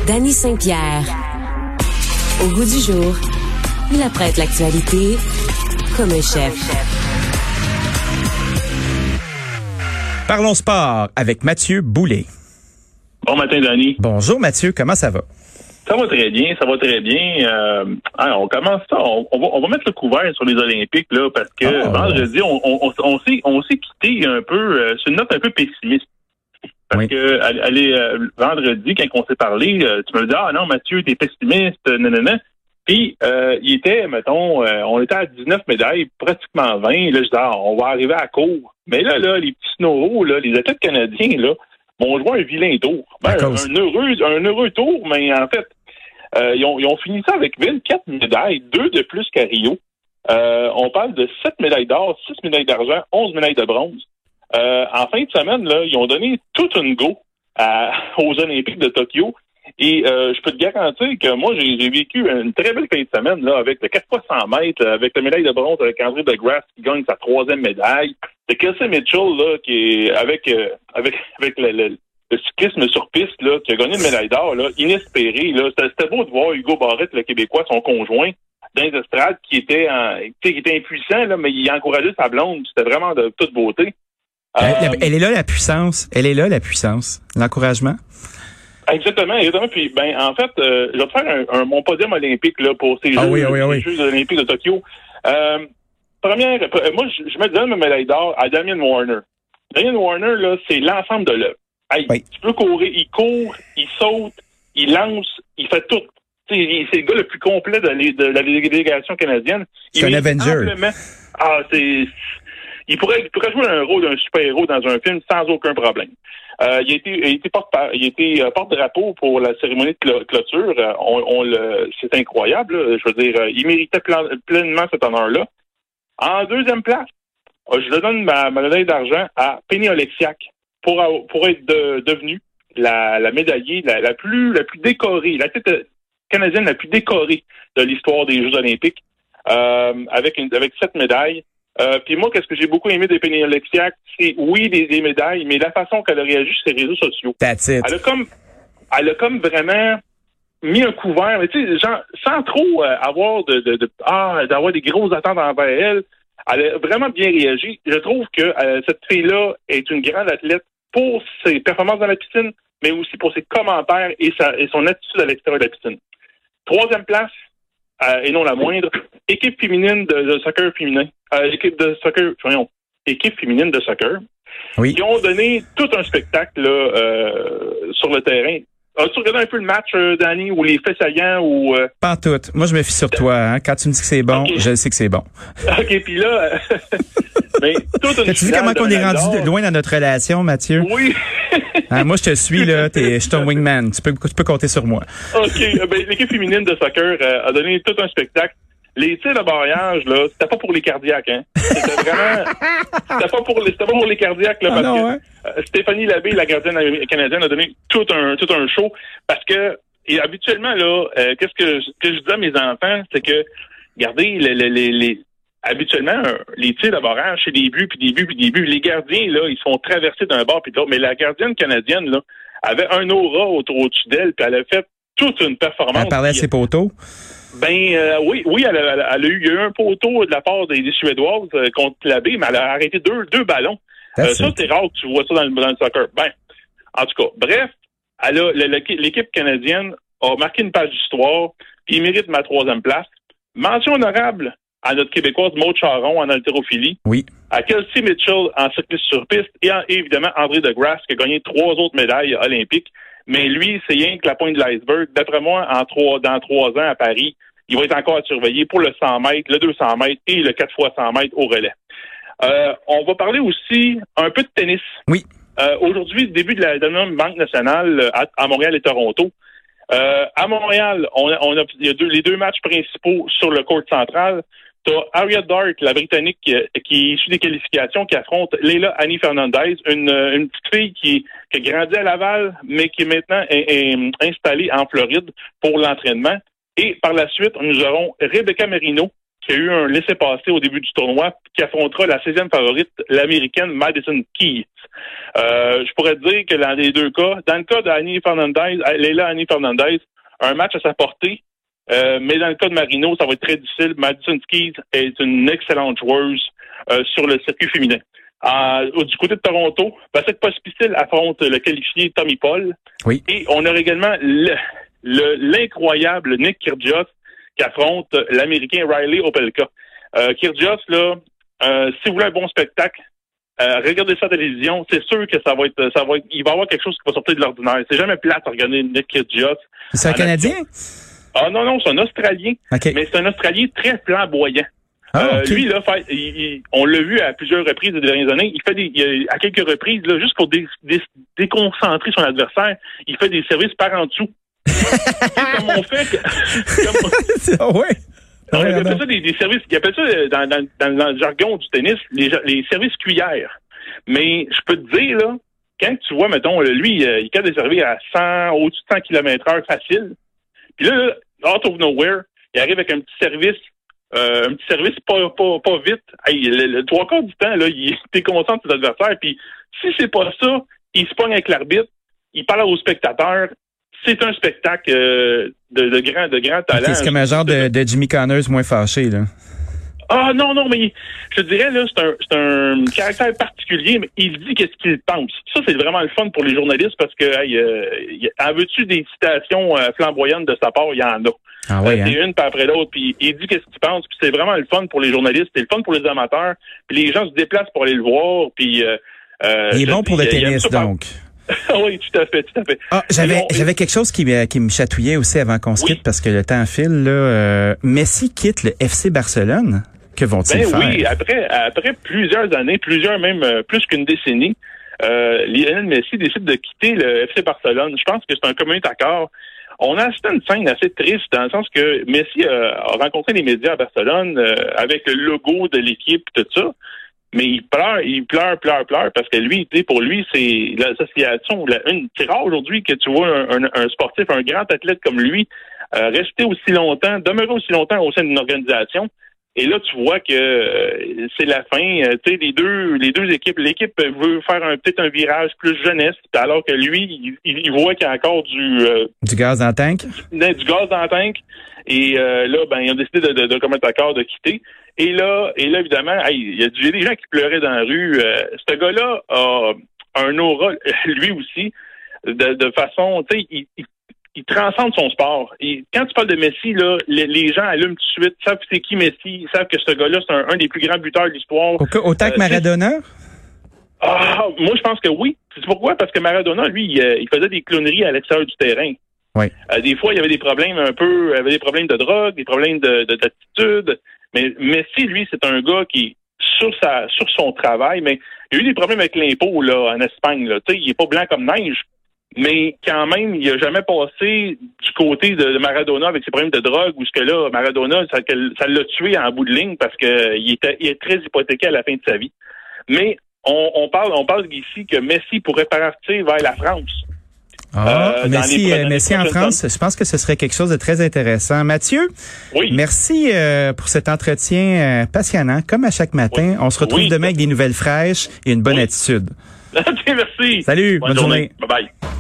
Danny Saint-Pierre. Au goût du jour, il apprête l'actualité comme un chef. Parlons sport avec Mathieu Boulay. Bon matin, Danny. Bonjour Mathieu, comment ça va? Ça va très bien, ça va très bien. On commence ça. On va mettre le couvert sur les Olympiques là, parce que vendredi, on s'est quitté un peu sur une note un peu pessimiste. Parce que vendredi, quand on s'est parlé, tu me dis non, Mathieu, t'es pessimiste, nanana. Puis il était, mettons, on était à 19 médailles, pratiquement 20. Là, je dis on va arriver à court. Mais là, les petits snoros, là, les athlètes canadiens, là, vont jouer un vilain tour. Un heureux tour, mais en fait, ils ont fini ça avec 24 médailles, 2 de plus qu'à Rio. On parle de 7 médailles d'or, 6 médailles d'argent, 11 médailles de bronze. En fin de semaine, là, ils ont donné toute une go aux Olympiques de Tokyo. Et je peux te garantir que moi, j'ai vécu une très belle fin de semaine là, avec le 4 x 100 mètres, avec la médaille de bronze avec André DeGrasse qui gagne sa 3e médaille. C'est Kelsey Mitchell là, qui est avec le cyclisme sur piste là, qui a gagné une médaille d'or là, inespérée. Là. C'était beau de voir Hugo Barrette, le Québécois, son conjoint, dans les estrades, qui était impuissant, là, mais il encourageait sa blonde. C'était vraiment de toute beauté. Elle est là la puissance. Elle est là la puissance. L'encouragement. Exactement. Puis, en fait, je vais te faire mon podium olympique là pour ces Jeux olympiques de Tokyo. Moi, je mets ma médaille d'or à Damian Warner. Damian Warner, là, c'est l'ensemble de l'œuvre. Tu peux courir, il court, il saute, il lance, il fait tout. C'est le gars le plus complet de la délégation canadienne. C'est un Avenger. Il pourrait jouer un rôle d'un super-héros dans un film sans aucun problème. Il a été porte-drapeau pour la cérémonie de clôture. C'est incroyable. Là. Je veux dire, il méritait pleinement cet honneur-là. En deuxième place, je donne ma médaille d'argent à Penny Oleksiak pour être devenue la médaillée la plus décorée, l'athlète canadienne la plus décorée de l'histoire des Jeux olympiques, avec 7 médailles. Puis moi, qu'est-ce que j'ai beaucoup aimé de Penny Oleksiak, c'est des médailles, mais la façon qu'elle a réagi sur ses réseaux sociaux. That's it. Elle a comme vraiment mis un couvert, mais tu sais, genre, sans trop avoir d'avoir des grosses attentes envers elle. Elle a vraiment bien réagi. Je trouve que cette fille-là est une grande athlète pour ses performances dans la piscine, mais aussi pour ses commentaires et son attitude à l'extérieur de la piscine. 3e place, et non la moindre, équipe féminine de soccer féminin. Équipe féminine de soccer. Oui. Qui ont donné tout un spectacle là, sur le terrain. As-tu regardé un peu le match, Danny, ou les faits saillants ou Pas tout. Moi, je me fie sur toi. Hein. Quand tu me dis que c'est bon, okay. Je sais que c'est bon. OK, puis là, tu dis comment qu'on est rendu loin dans notre relation, Mathieu? Oui. Moi, je te suis, là. Je suis ton wingman. Tu peux compter sur moi. OK. L'équipe féminine de soccer a donné tout un spectacle. Les tirs de barrage, là, c'était pas pour les cardiaques, hein. C'était vraiment, c'était pas pour les cardiaques, là, parce que Stéphanie Labbé, la gardienne canadienne, a donné tout un show, parce que, et habituellement, là, qu'est-ce que je dis à mes enfants, c'est que, regardez, habituellement, les tirs de barrage, c'est des buts, puis des buts, puis des buts. Les gardiens, là, ils sont traversés d'un bord puis de l'autre, mais la gardienne canadienne, là, avait un aura au-dessus d'elle, puis elle a fait toute une performance. Elle parlait à ses poteaux? Oui, il y a eu un poteau de la part des Suédoises contre Labbé, mais elle a arrêté deux ballons. Ça, c'est rare que tu vois ça dans le soccer. En tout cas, bref, l'équipe canadienne a marqué une page d'histoire, puis il mérite ma 3e place. Mention honorable à notre Québécoise Maude Charron en haltérophilie. Oui. À Kelsey Mitchell en cyclisme sur piste et évidemment André DeGrasse qui a gagné 3 autres médailles olympiques. Mais lui, c'est rien que la pointe de l'iceberg. D'après moi, dans 3 ans à Paris, il va être encore à surveiller pour le 100 mètres, le 200 mètres et le 4 x 100 mètres au relais. On va parler aussi un peu de tennis. Oui. Aujourd'hui, début de la Banque nationale à Montréal et Toronto. À Montréal, il y a les 2 matchs principaux sur le court central. T'as Ariel Dark, la Britannique, qui est issue des qualifications, qui affronte Leila Annie Fernandez, une petite fille qui a grandi à Laval, mais qui est maintenant est installée en Floride pour l'entraînement. Et par la suite, nous aurons Rebecca Marino, qui a eu un laissez-passer au début du tournoi, qui affrontera la 16e favorite, l'américaine Madison Keys. Je pourrais te dire que dans les deux cas, dans le cas de Leylah Annie Fernandez, un match à sa portée, mais dans le cas de Marino, ça va être très difficile. Madison Keys est une excellente joueuse sur le circuit féminin. Du côté de Toronto, Vasek Pospisil affronte le qualifié Tommy Paul. Oui. Et on a également l'incroyable Nick Kyrgios qui affronte l'Américain Riley Opelka. Kyrgios, là, si vous voulez un bon spectacle, regardez ça à la télévision, c'est sûr que il va y avoir quelque chose qui va sortir de l'ordinaire. C'est jamais plate à regarder Nick Kyrgios. C'est un Canadien? Non, c'est un Australien. Okay. Mais c'est un Australien très flamboyant. Okay. Lui, là, on l'a vu à plusieurs reprises ces dernières années. À quelques reprises, là, juste pour déconcentrer son adversaire, il fait des services par en dessous. Comme on fait. Ouais. Il appelle ça des services. Il appelle ça dans le jargon du tennis les services cuillères. Mais je peux te dire là, quand tu vois, mettons, lui, il est desservir à au-dessus de 100 km/h facile. Puis là, out of nowhere, il arrive avec un petit service pas vite. Le 3/4 du temps, là, il est conscient de ses adversaires. Puis si c'est pas ça, il se pogne avec l'arbitre, il parle aux spectateurs. C'est un spectacle de grand talent. Okay, c'est comme un genre de Jimmy Connors moins fâché, là. Non, mais je te dirais, là, c'est un caractère particulier, mais il dit qu'est-ce qu'il pense. Ça, c'est vraiment le fun pour les journalistes parce que, en veux-tu des citations flamboyantes de sa part? Il y en a. Ah ouais, c'est une par après l'autre, puis il dit qu'est-ce qu'il pense, puis c'est vraiment le fun pour les journalistes, c'est le fun pour les amateurs, puis les gens se déplacent pour aller le voir, puis... il est bon pour le tennis, donc. Oui, tout à fait. J'avais quelque chose qui me chatouillait aussi avant qu'on se quitte parce que le temps file, là. Messi quitte le FC Barcelone. Que vont-ils faire? Oui, après plusieurs années, même plus qu'une décennie, Lionel Messi décide de quitter le FC Barcelone. Je pense que c'est un commun accord. On a assisté à une scène assez triste dans le sens que Messi a rencontré les médias à Barcelone avec le logo de l'équipe et tout ça. Mais il pleure parce que lui, pour lui, c'est l'association, c'est rare aujourd'hui que tu vois un sportif, un grand athlète comme lui, demeurer aussi longtemps au sein d'une organisation. Et là, tu vois que c'est la fin. Tu sais, les deux équipes, l'équipe veut faire peut-être un virage plus jeunesse, alors que lui, il voit qu'il y a encore du gaz dans le tank. Du gaz dans le tank. Et là, ils ont décidé de commettre l'accord de quitter. Et là, évidemment, il y a des gens qui pleuraient dans la rue. Ce gars-là a un aura, lui aussi, de façon, tu sais, il transcende son sport. Et quand tu parles de Messi, là, les gens allument tout de suite, savent c'est qui Messi, ils savent que ce gars-là, c'est un des plus grands buteurs de l'histoire. Autant que Maradona? Moi, je pense que oui. C'est pourquoi? Parce que Maradona, lui, il faisait des clowneries à l'extérieur du terrain. Oui. Des fois, il y avait des problèmes des problèmes de drogue, des problèmes d'attitude. Mais Messi, lui, c'est un gars qui, sur son travail, mais il y a eu des problèmes avec l'impôt, là, en Espagne, là. Tu sais, il est pas blanc comme neige. Mais quand même, il a jamais passé du côté de Maradona avec ses problèmes de drogue, où ce que là, Maradona, ça l'a tué en bout de ligne parce que il est très hypothéqué à la fin de sa vie. Mais on parle ici que Messi pourrait partir vers la France. Messi en France, je pense que ce serait quelque chose de très intéressant. Mathieu, oui. Merci pour cet entretien passionnant. Comme à chaque matin, on se retrouve demain avec des nouvelles fraîches et une bonne attitude. Merci. Salut, bonne journée. Bye bye.